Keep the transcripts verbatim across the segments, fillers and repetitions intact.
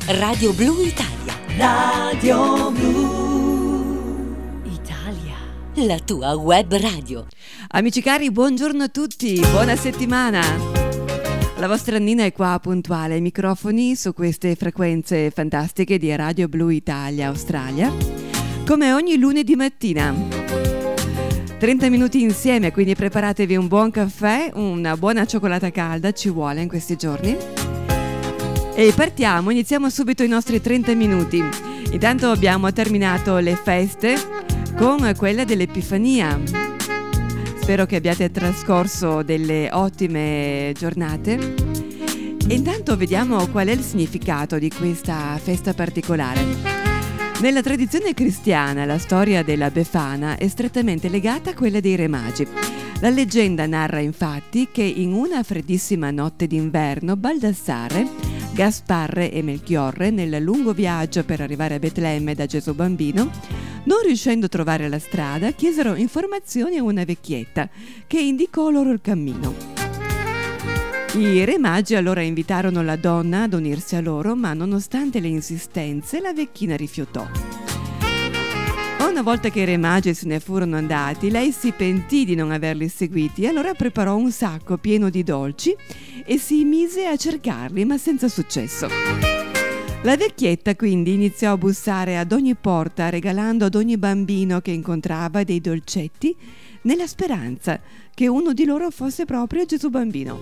Radio Blu Italia. Radio Blu Italia. La tua web radio. Amici cari, buongiorno a tutti, buona settimana. La vostra Nina è qua puntuale ai microfoni su queste frequenze fantastiche di Radio Blu Italia Australia, come ogni lunedì mattina. trenta minuti insieme, quindi preparatevi un buon caffè, una buona cioccolata calda, ci vuole in questi giorni. E partiamo, iniziamo subito i nostri trenta minuti. Intanto abbiamo terminato le feste con quella dell'Epifania. Spero che abbiate trascorso delle ottime giornate. E intanto vediamo qual è il significato di questa festa particolare. Nella tradizione cristiana la storia della Befana è strettamente legata a quella dei Re Magi. La leggenda narra infatti che in una freddissima notte d'inverno Baldassare, Gasparre e Melchiorre, nel lungo viaggio per arrivare a Betlemme da Gesù bambino, non riuscendo a trovare la strada, chiesero informazioni a una vecchietta che indicò loro il cammino. I Re Magi allora invitarono la donna ad unirsi a loro, ma nonostante le insistenze la vecchina rifiutò. Una volta che i Re Magi se ne furono andati, lei si pentì di non averli seguiti e allora preparò un sacco pieno di dolci e si mise a cercarli, ma senza successo. La vecchietta quindi iniziò a bussare ad ogni porta, regalando ad ogni bambino che incontrava dei dolcetti, nella speranza che uno di loro fosse proprio Gesù bambino.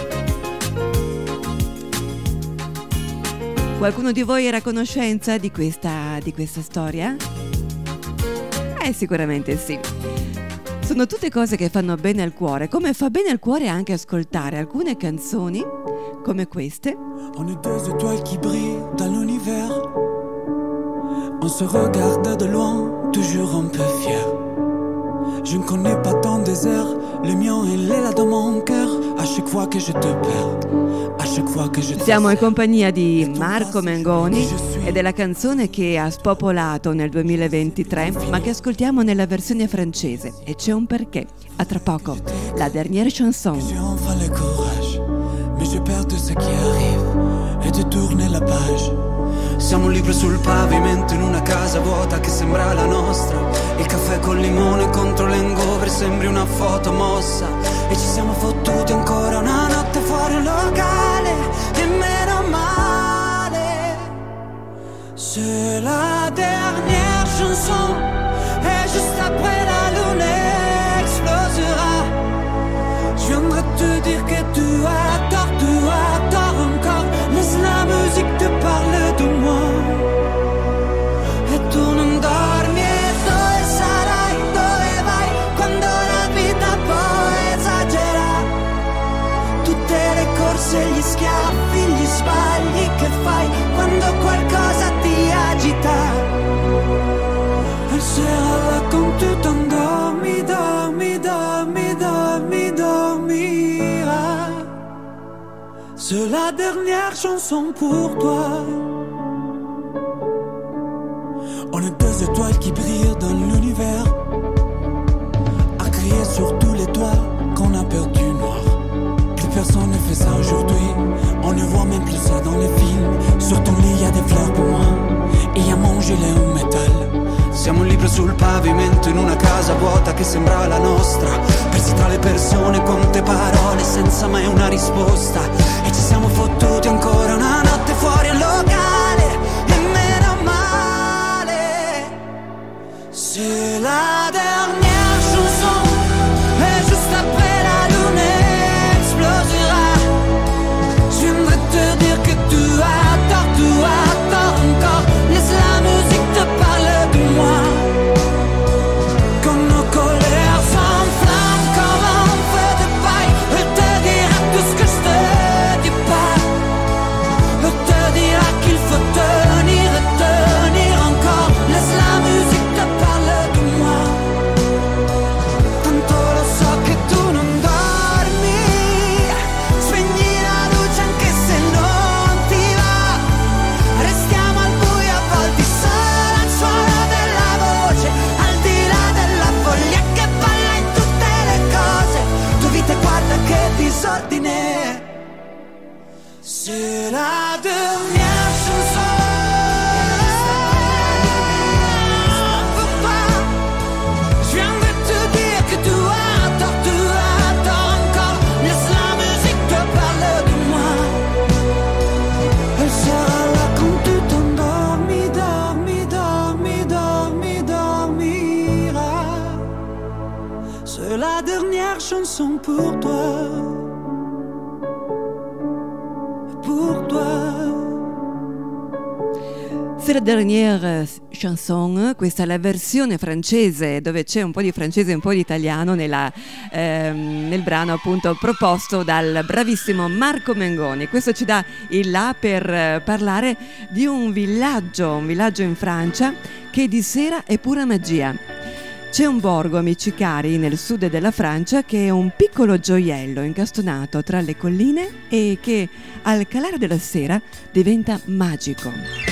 Qualcuno di voi era a conoscenza di questa, di questa storia? Eh, sicuramente sì. Sono tutte cose che fanno bene al cuore, come fa bene al cuore anche ascoltare alcune canzoni come queste. On est deux étoiles qui brillent dans l'univers. On se regarde de loin, toujours un peu fiers. Je ne connais pas ton désert, le mien il est là dans mon cœur. À chaque fois que je te perds, à chaque fois que je te Siamo in compagnia di Marco Mengoni e della canzone che ha spopolato nel duemilaventitré, ma che ascoltiamo nella versione francese. E c'è un perché. A tra poco, la dernière chanson. J'ai enfin le courage, mais j'ai peur de ce qui arrive et de tourner la page. Siamo un libro sul pavimento in una casa vuota che sembra la nostra. Il caffè col limone contro l'hangover sembri una foto mossa. E ci siamo fottuti ancora una notte fuori un locale. E meno male. C'est la dernière chanson. Et juste après la lune explosera. Je viendrai te dire que tu as tort, tu as tort encore. Laisse la musique te parler de moi. E tu non dormi e dove sarai, dove vai, quando la vita poi esagera. Tutte le corse, gli schiaffi, gli sbagli che fai, quando qualcosa ti agita. E sera là quand tu t'endormi, dormi, dormi, dormi, dormiras. C'est la dernière chanson pour toi. On est deux étoiles qui brillent dans l'univers, à crier sur tous les toits qu'on a perdu noir. Plus personne ne fait ça aujourd'hui, on ne voit même plus ça dans les films. Sur ton lit y a des fleurs pour moi, e y a mon gilet en métal. Siamo un libro sul pavimento in una casa vuota che sembra la nostra. Persi tra le persone, quante parole senza mai una risposta. E ci siamo fottuti ancora una notte fuori al locale. E meno male. C'est la dernière chanson. Et juste après la lune explosera. Je viendrai te dire que tu as tort, tu as tort encore. Laisse la musique te parler de moi. Quand nos colères s'enflamment comme un feu de paille, je te dirai tout ce que je te dis pas. Je te dirai qu'il faut tenir et tenir encore. Laisse la musique te parler de moi. Tanto lo so che tu non dormi. Spegni la luce anche se non ti va. Restiamo al buio avvolti solo al suono della voce, al di là della foglia che balla in tutte le cose. Tu vita guarda che disordine. C'est la dernière chanson. chanson pour toi, pour toi. C'est la dernière chanson, questa è la versione francese dove c'è un po' di francese e un po' di italiano nella, ehm, nel brano appunto proposto dal bravissimo Marco Mengoni. Questo ci dà il là per eh, parlare di un villaggio, un villaggio in Francia che di sera è pura magia. C'è un borgo, amici cari, nel sud della Francia che è un piccolo gioiello incastonato tra le colline e che al calare della sera diventa magico.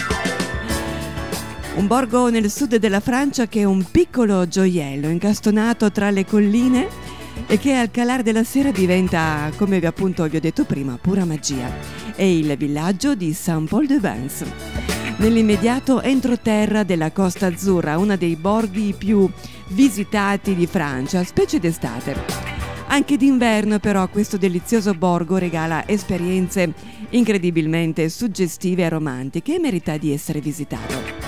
Un borgo nel sud della Francia che è un piccolo gioiello incastonato tra le colline e che al calare della sera diventa, come vi appunto vi ho detto prima, pura magia. È il villaggio di Saint-Paul-de-Vence, nell'immediato entroterra della Costa Azzurra, uno dei borghi più visitati di Francia, specie d'estate. Anche d'inverno però questo delizioso borgo regala esperienze incredibilmente suggestive e romantiche e merita di essere visitato.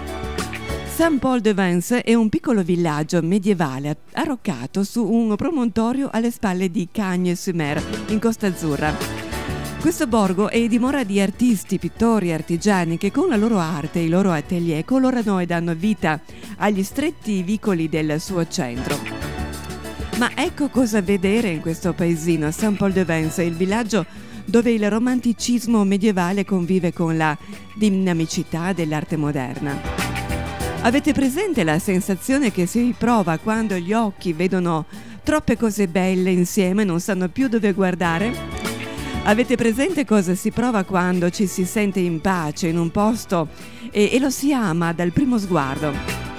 Saint-Paul-de-Vence è un piccolo villaggio medievale arroccato su un promontorio alle spalle di Cagnes-sur-Mer, in Costa Azzurra. Questo borgo è dimora di artisti, pittori e artigiani che con la loro arte e i loro atelier colorano e danno vita agli stretti vicoli del suo centro. Ma ecco cosa vedere in questo paesino, Saint-Paul-de-Vence, il villaggio dove il romanticismo medievale convive con la dinamicità dell'arte moderna. Avete presente la sensazione che si prova quando gli occhi vedono troppe cose belle insieme e non sanno più dove guardare? Avete presente cosa si prova quando ci si sente in pace in un posto e, e lo si ama dal primo sguardo?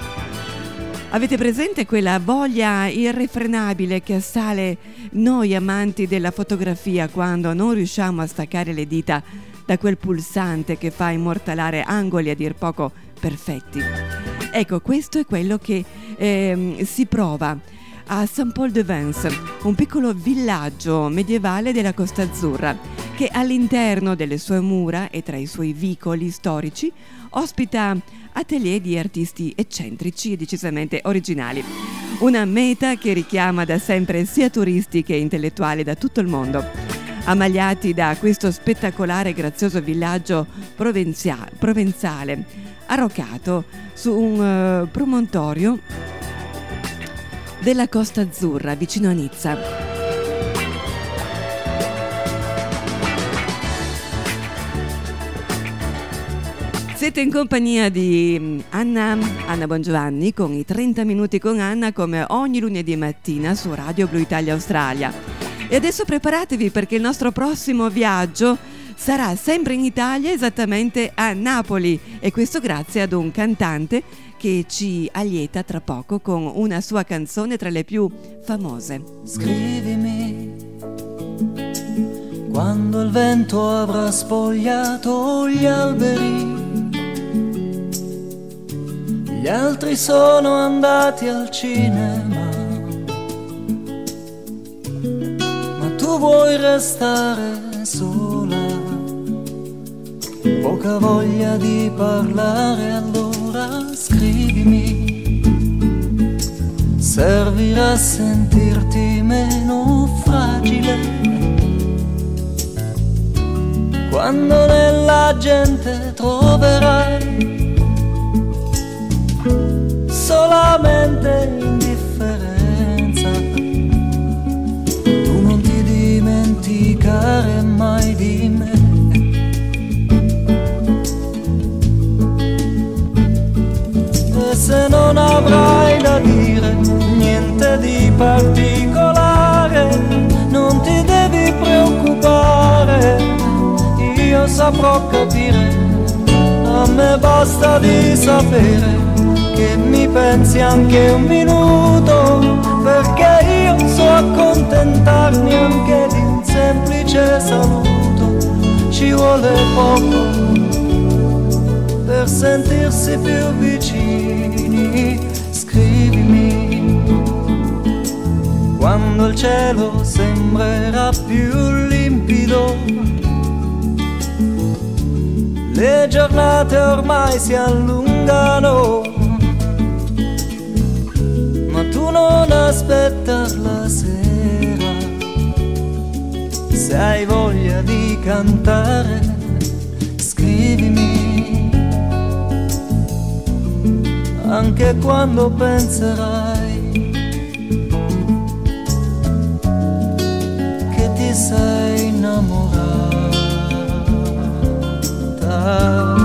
Avete presente quella voglia irrefrenabile che assale noi amanti della fotografia quando non riusciamo a staccare le dita da quel pulsante che fa immortalare angoli a dir poco perfetti? Ecco, questo è quello che eh, si prova a Saint-Paul-de-Vence, un piccolo villaggio medievale della Costa Azzurra che all'interno delle sue mura e tra i suoi vicoli storici ospita atelier di artisti eccentrici e decisamente originali. Una meta che richiama da sempre sia turisti che intellettuali da tutto il mondo. Ammagliati da questo spettacolare e grazioso villaggio provenzia- provenzale arroccato su un uh, promontorio della Costa Azzurra vicino a Nizza. Siete in compagnia di Anna, Anna Bongiovanni con i trenta minuti con Anna come ogni lunedì mattina su Radio Blu Italia Australia. E adesso preparatevi perché il nostro prossimo viaggio sarà sempre in Italia, esattamente a Napoli, e questo grazie ad un cantante che ci allieta tra poco con una sua canzone tra le più famose. Scrivimi quando il vento avrà spogliato gli alberi, gli altri sono andati al cinema, ma tu vuoi restare sola. Poca voglia di parlare, allora scrivimi. Servirà a sentirti meno fragile quando nella gente troverai solamente indifferenza. Tu non ti dimenticare mai di me. Se non avrai da dire niente di particolare, non ti devi preoccupare, io saprò capire. A me basta di sapere che mi pensi anche un minuto, perché io so accontentarmi anche di un semplice saluto. Ci vuole poco per sentirsi più vicini. Scrivimi quando il cielo sembrerà più limpido, le giornate ormai si allungano, ma tu non aspettar la sera. Se hai voglia di cantare, scrivimi, anche quando penserai che ti sei innamorata.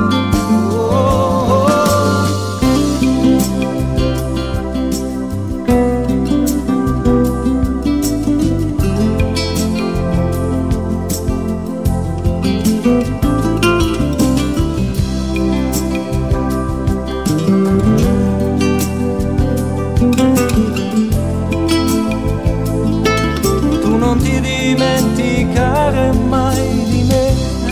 Non ti dimenticare mai di me,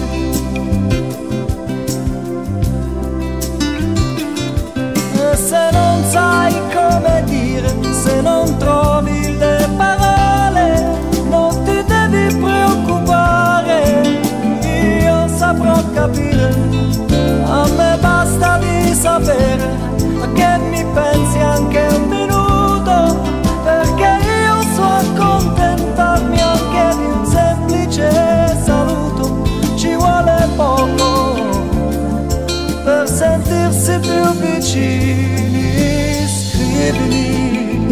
e se non sai come dire, se non trovi le parole, non ti devi preoccupare, io saprò capire. A me basta di sapere che mi pensi anche un minuto, perché io so accontentarmi anche di un semplice saluto. Ci vuole poco per sentirsi più vicini. Scrivimi,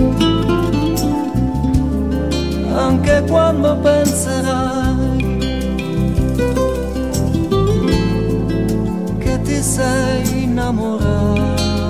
anche quando penserai che ti sei innamorato.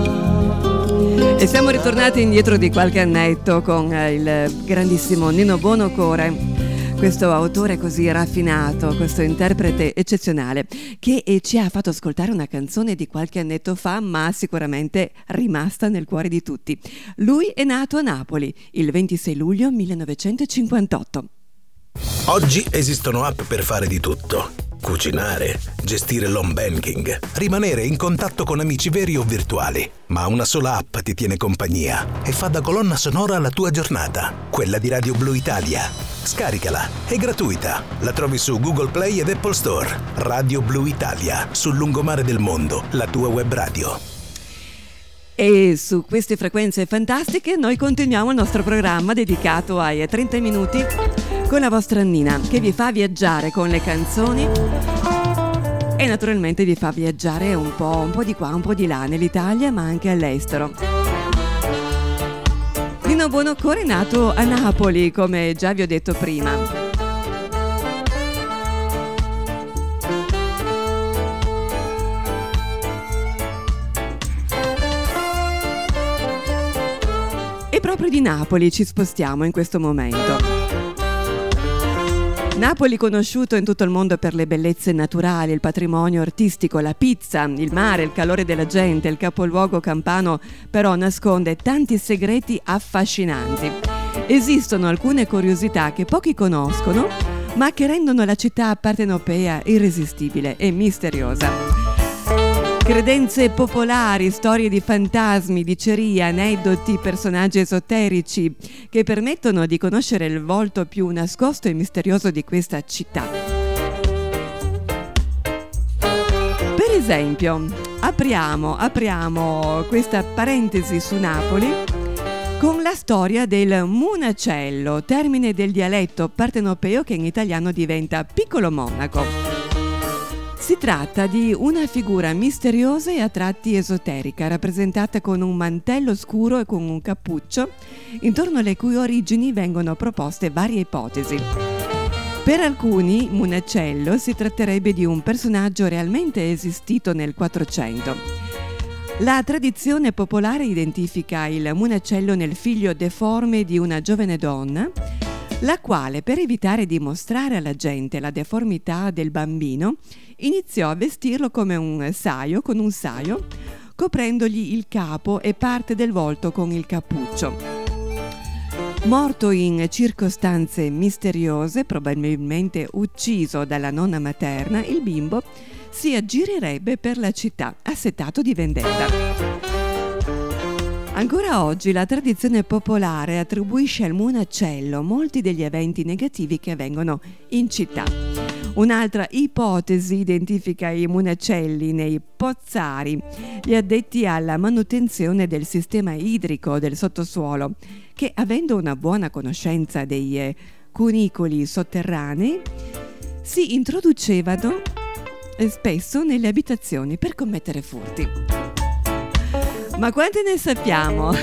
E siamo ritornati indietro di qualche annetto con il grandissimo Nino Buonocore, questo autore così raffinato, questo interprete eccezionale che ci ha fatto ascoltare una canzone di qualche annetto fa, ma sicuramente rimasta nel cuore di tutti. Lui è nato a Napoli il ventisei luglio millenovecentocinquantotto. Oggi esistono app per fare di tutto. Cucinare, gestire l'home banking, rimanere in contatto con amici veri o virtuali. Ma una sola app ti tiene compagnia e fa da colonna sonora alla tua giornata, quella di Radio Blu Italia. Scaricala, è gratuita. La trovi su Google Play ed Apple Store. Radio Blu Italia, sul lungomare del mondo, la tua web radio. E su queste frequenze fantastiche noi continuiamo il nostro programma dedicato ai trenta minuti con la vostra Nina, che vi fa viaggiare con le canzoni e naturalmente vi fa viaggiare un po', un po' di qua, un po' di là, nell'Italia ma anche all'estero. Nino Buonocore è nato a Napoli, come già vi ho detto prima. E proprio di Napoli ci spostiamo in questo momento. Napoli, conosciuto in tutto il mondo per le bellezze naturali, il patrimonio artistico, la pizza, il mare, il calore della gente, il capoluogo campano, però nasconde tanti segreti affascinanti. Esistono alcune curiosità che pochi conoscono, ma che rendono la città partenopea irresistibile e misteriosa. Credenze popolari, storie di fantasmi, dicerie, aneddoti, personaggi esoterici che permettono di conoscere il volto più nascosto e misterioso di questa città. Per esempio, apriamo, apriamo questa parentesi su Napoli con la storia del munacello, termine del dialetto partenopeo che in italiano diventa piccolo monaco. Si tratta di una figura misteriosa e a tratti esoterica, rappresentata con un mantello scuro e con un cappuccio, intorno alle cui origini vengono proposte varie ipotesi. Per alcuni, Munacello si tratterebbe di un personaggio realmente esistito nel Quattrocento. La tradizione popolare identifica il Munacello nel figlio deforme di una giovane donna, la quale, per evitare di mostrare alla gente la deformità del bambino, iniziò a vestirlo come un saio, con un saio, coprendogli il capo e parte del volto con il cappuccio. Morto in circostanze misteriose, probabilmente ucciso dalla nonna materna, il bimbo si aggirerebbe per la città, assetato di vendetta. Ancora oggi la tradizione popolare attribuisce al Munacello molti degli eventi negativi che avvengono in città. Un'altra ipotesi identifica i munacelli nei pozzari, gli addetti alla manutenzione del sistema idrico del sottosuolo, che, avendo una buona conoscenza dei cunicoli sotterranei si introducevano spesso nelle abitazioni per commettere furti. Ma quante ne sappiamo?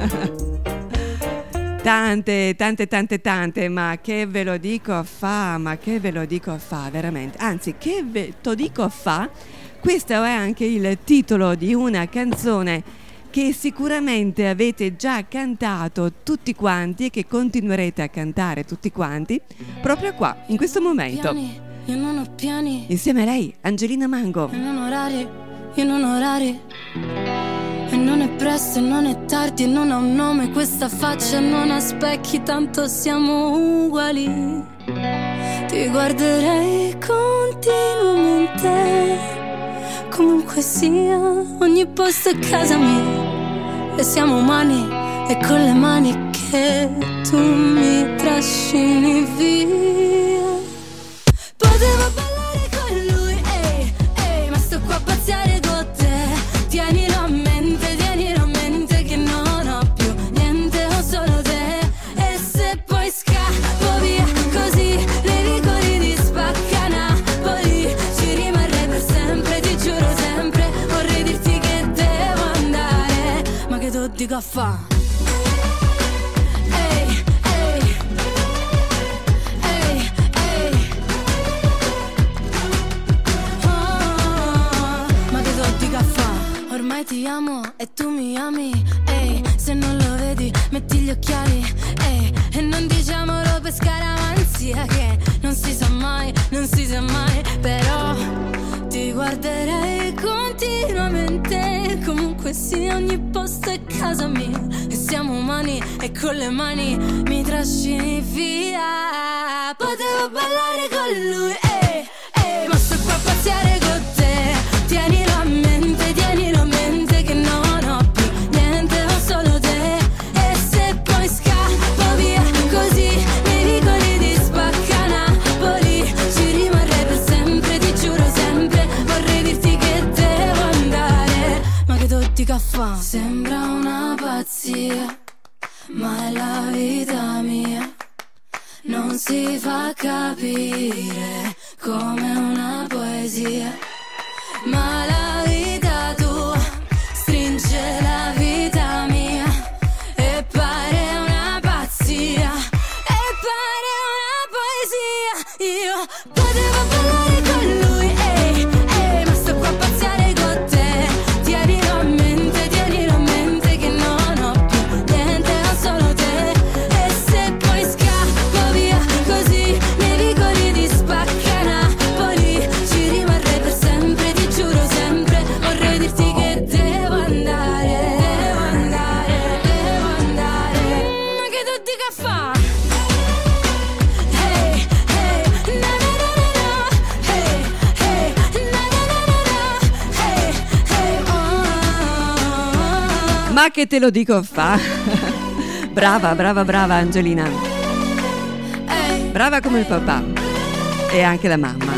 Tante, tante, tante, tante, ma che ve lo dico a fa, ma che ve lo dico a fa, veramente. Anzi, che ve to dico a fa, questo è anche il titolo di una canzone che sicuramente avete già cantato tutti quanti e che continuerete a cantare tutti quanti proprio qua, in questo momento. Piani, io non ho piani. Insieme a lei, Angelina Mango. E non orari, io non orari. E non è presto e non è tardi e non ha un nome questa faccia, non ha specchi, tanto siamo uguali. Ti guarderei continuamente, comunque sia, ogni posto è casa mia. E siamo umani e con le mani che tu mi trascini via. Potevo ballare con lui, ehi, ehi, ma sto qua a pazziare con te. Tienilo a mente, tienilo a mente che non ho più niente, ho solo te. E se poi scappo via così, nei vicoli di Spacca Napoli, ci rimarrei per sempre, ti giuro sempre. Vorrei dirti che devo andare, ma che tu dico a fa'? Ormai ti amo e tu mi ami, ehi, se non lo vedi metti gli occhiali, ehi, e non diciamolo per scaramanzia che non si sa mai, non si sa mai, però ti guarderei continuamente, comunque sia, ogni posto è casa mia, e siamo umani e con le mani mi trascini via. Potevo ballare con lui, ehi, ehi, ma sto qua a pazziare con te, tienilo a mente, tienilo a mente che non ho più niente, ho solo te. E se poi scappo via così, nei vicoli di Spacca Napoli, ci rimarrei per sempre, ti giuro sempre. Vorrei dirti che devo andare, ma che tu dica fa'? Sembra una pazzia, ma è la vita mia. Non si fa capire come una poesia, ma la vita tua stringe la vita mia e pare una pazzia, e pare una poesia. Io potevo ballare con lui, ehi, ehi, ma sto qua a pazziare con te. Tienilo a mente, tienilo a mente che non ho più niente, ho solo te. E se poi scappo via così, nei vicoli di Spacca Napoli, ci rimarrei per sempre, ti giuro sempre. Vorrei dirti che devo andare, devo andare, devo andare, ma che tu dica fa'? Hey, hey, na na na na na, hey, hey, na na na na na, hey, hey, oh. Ma che te lo dico fa? Brava, brava, brava Angelina. Hey, Brava come il papà e anche la mamma.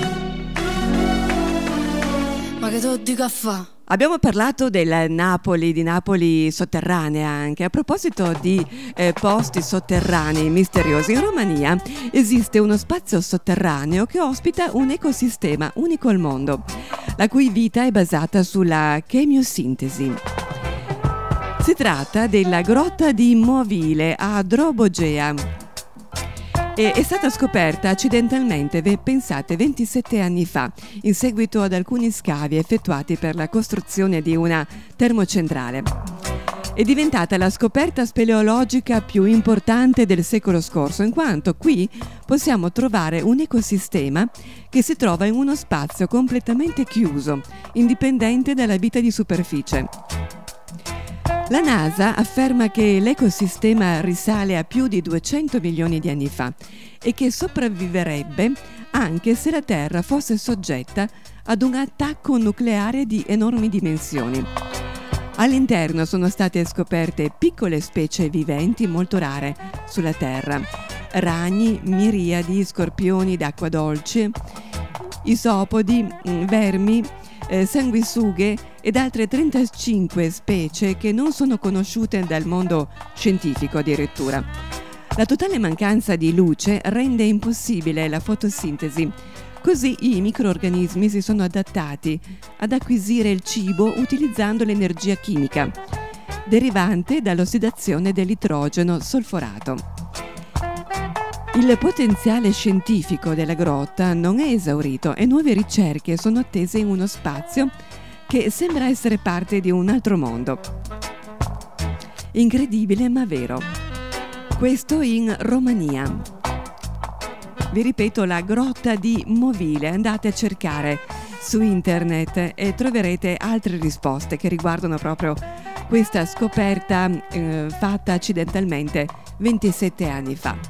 ma che tu dica fa'? Abbiamo parlato del Napoli, di Napoli sotterranea anche. A proposito di eh, posti sotterranei misteriosi, in Romania esiste uno spazio sotterraneo che ospita un ecosistema unico al mondo, la cui vita è basata sulla chemiosintesi. Si tratta della grotta di Movile a Drobogea. E è stata scoperta accidentalmente, pensate, ventisette anni fa, in seguito ad alcuni scavi effettuati per la costruzione di una termocentrale. È diventata la scoperta speleologica più importante del secolo scorso, in quanto qui possiamo trovare un ecosistema che si trova in uno spazio completamente chiuso, indipendente dalla vita di superficie. La NASA afferma che l'ecosistema risale a più di duecento milioni di anni fa e che sopravviverebbe anche se la Terra fosse soggetta ad un attacco nucleare di enormi dimensioni. All'interno sono state scoperte piccole specie viventi molto rare sulla Terra: ragni, miriadi, scorpioni d'acqua dolce, isopodi, vermi, eh, sanguisughe ed altre trentacinque specie che non sono conosciute dal mondo scientifico addirittura. La totale mancanza di luce rende impossibile la fotosintesi. Così i microrganismi si sono adattati ad acquisire il cibo utilizzando l'energia chimica, derivante dall'ossidazione dell'idrogeno solforato. Il potenziale scientifico della grotta non è esaurito e nuove ricerche sono attese in uno spazio che sembra essere parte di un altro mondo. Incredibile ma vero. Questo in Romania. Vi ripeto, la grotta di Movile. Andate a cercare su internet e troverete altre risposte che riguardano proprio questa scoperta eh, fatta accidentalmente ventisette anni fa.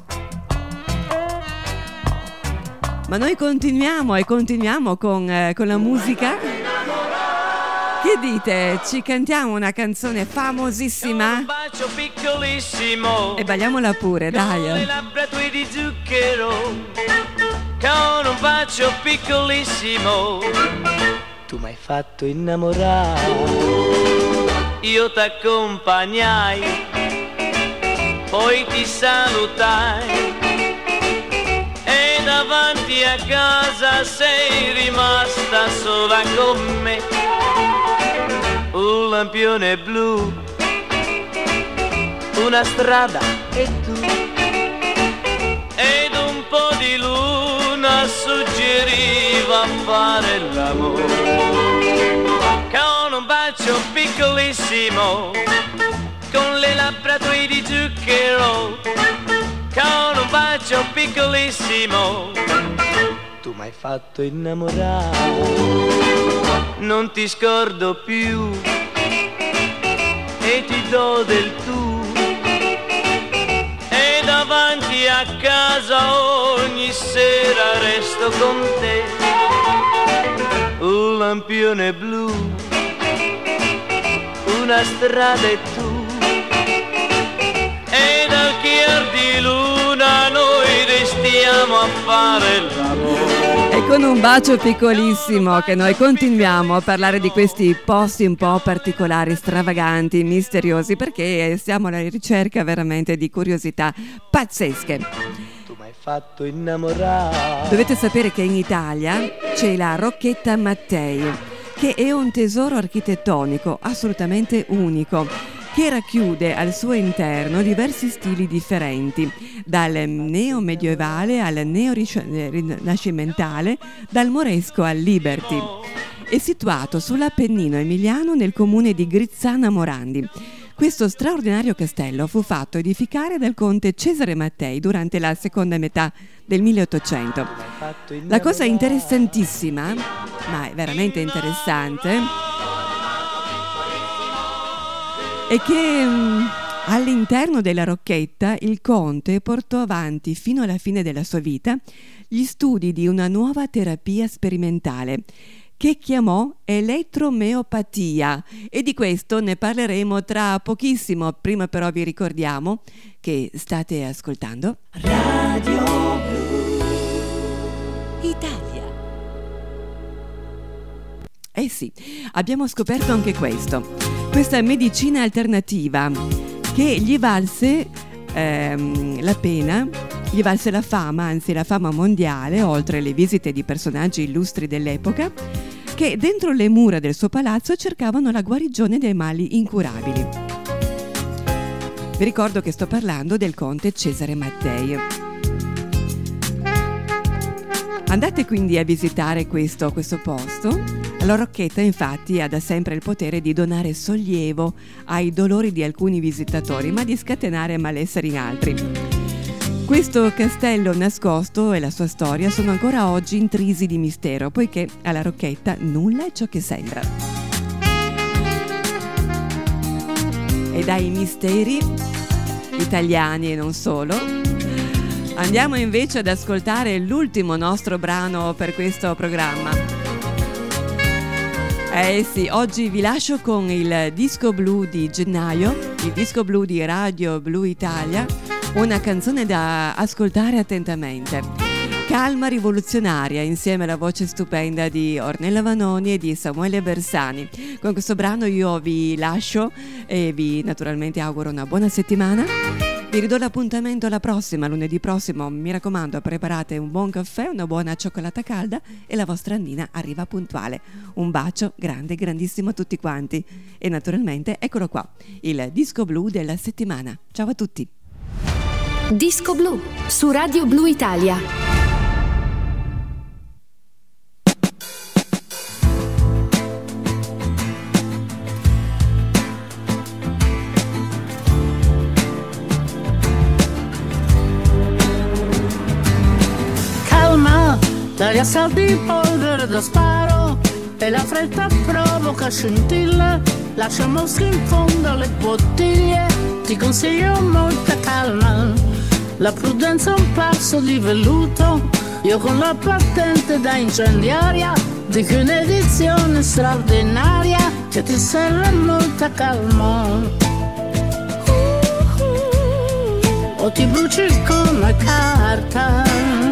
Ma noi continuiamo e continuiamo con, eh, con la musica. Che dite? Ci cantiamo una canzone famosissima? Un bacio piccolissimo. E balliamola pure, dai. Con le labbra tue di zucchero. Con un bacio piccolissimo. Tu m'hai fatto innamorare. Io t'accompagnai. Poi ti salutai. Davanti a casa sei rimasta sola con me. Un lampione blu, una strada e tu, ed un po' di luna suggeriva fare l'amore. Con un bacio piccolissimo, con le labbra tue di zucchero, con un bacio piccolissimo, tu m'hai fatto innamorare. Non ti scordo più e ti do del tu. E davanti a casa ogni sera resto con te. Un lampione blu, una strada e tu. E dal chiar di luna noi restiamo a fare l'amore. E con un bacio piccolissimo che noi continuiamo a parlare di questi posti un po' particolari, stravaganti, misteriosi, perché siamo alla ricerca veramente di curiosità pazzesche. Tu m'hai fatto innamorare. Dovete sapere che in Italia c'è la Rocchetta Mattei, che è un tesoro architettonico assolutamente unico, che racchiude al suo interno diversi stili differenti, dal neo-medievale al neo-rinascimentale, dal moresco al liberty. È situato sull'Appennino emiliano nel comune di Grizzana Morandi. Questo straordinario castello fu fatto edificare dal conte Cesare Mattei durante la seconda metà del milleottocento. La cosa interessantissima, ma è veramente interessante, è che um, all'interno della Rocchetta il conte portò avanti fino alla fine della sua vita gli studi di una nuova terapia sperimentale che chiamò elettromeopatia, e di questo ne parleremo tra pochissimo. Prima però vi ricordiamo che state ascoltando Radio Blu Italia. Eh sì, abbiamo scoperto anche questo, questa medicina alternativa che gli valse ehm, la pena, gli valse la fama, anzi la fama mondiale, oltre le visite di personaggi illustri dell'epoca, che dentro le mura del suo palazzo cercavano la guarigione dei mali incurabili. Vi ricordo che sto parlando del conte Cesare Mattei. Andate quindi a visitare questo, questo posto. La Rocchetta infatti ha da sempre il potere di donare sollievo ai dolori di alcuni visitatori, ma di scatenare malessere in altri. Questo castello nascosto e la sua storia sono ancora oggi intrisi di mistero, poiché alla Rocchetta nulla è ciò che sembra. E dai misteri italiani e non solo, andiamo invece ad ascoltare l'ultimo nostro brano per questo programma. Eh sì, oggi vi lascio con il disco blu di gennaio, il disco blu di Radio Blu Italia, una canzone da ascoltare attentamente. Calma rivoluzionaria, insieme alla voce stupenda di Ornella Vanoni e di Samuele Bersani. Con questo brano io vi lascio e vi naturalmente auguro una buona settimana. Vi ridò l'appuntamento alla prossima, lunedì prossimo. Mi raccomando, preparate un buon caffè, una buona cioccolata calda e la vostra Annina arriva puntuale. Un bacio grande, grandissimo a tutti quanti. E naturalmente, eccolo qua, il disco blu della settimana. Ciao a tutti. Disco blu su Radio Blu Italia. Dagli assalti polvere da sparo e la fretta provoca scintille, lascia mosche in fondo alle bottiglie, ti consiglio molta calma, la prudenza è un passo di velluto, io con la patente da incendiaria dico un'edizione straordinaria che ti serve molta calma, o ti bruci come carta.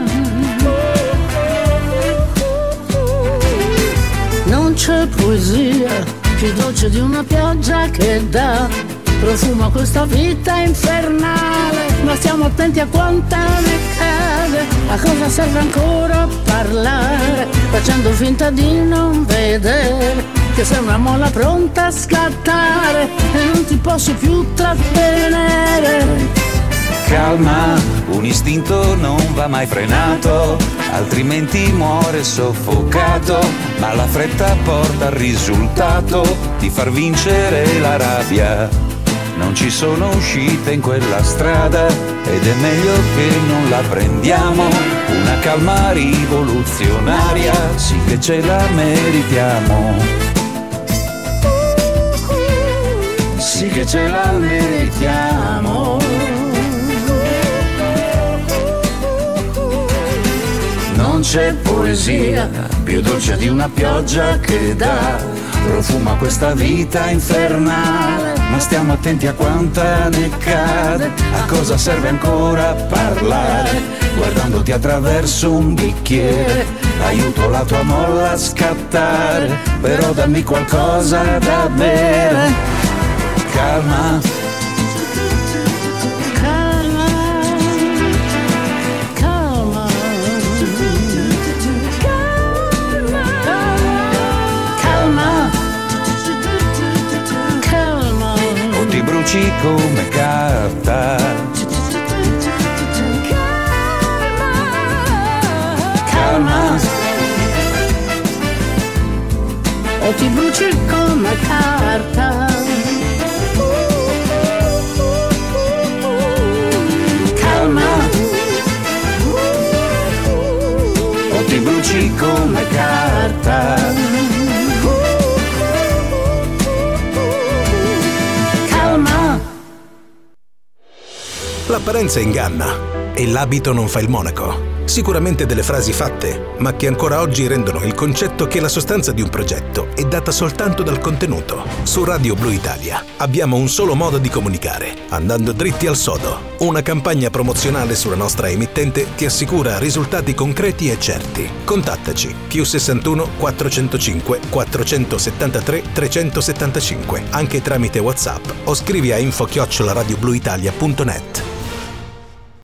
Non c'è poesia più dolce di una pioggia che dà profumo a questa vita infernale, ma stiamo attenti a quanta ne cade, a cosa serve ancora parlare, facendo finta di non vedere, che sei una molla pronta a scattare e non ti posso più trattenere. Calma, un istinto non va mai frenato, altrimenti muore soffocato, ma la fretta porta al risultato di far vincere la rabbia. Non ci sono uscite in quella strada ed è meglio che non la prendiamo, una calma rivoluzionaria, sì che ce la meritiamo, sì che ce la meritiamo. Non c'è poesia più dolce di una pioggia che dà profumo a questa vita infernale, ma stiamo attenti a quanta ne cade, a cosa serve ancora parlare, guardandoti attraverso un bicchiere, aiuto la tua molla a scattare, però dammi qualcosa da bere. Calma, bruci come carta. Calma, o ti bruci come carta. Calma, o ti bruci come carta. L'apparenza inganna e l'abito non fa il monaco. Sicuramente delle frasi fatte, ma che ancora oggi rendono il concetto che la sostanza di un progetto è data soltanto dal contenuto. Su Radio Blu Italia abbiamo un solo modo di comunicare, andando dritti al sodo. Una campagna promozionale sulla nostra emittente ti assicura risultati concreti e certi. Contattaci più sessantuno quattrocentocinque quattrocentosettantatré trecentosettantacinque anche tramite WhatsApp o scrivi a info chiocciola radiobluitalia punto net.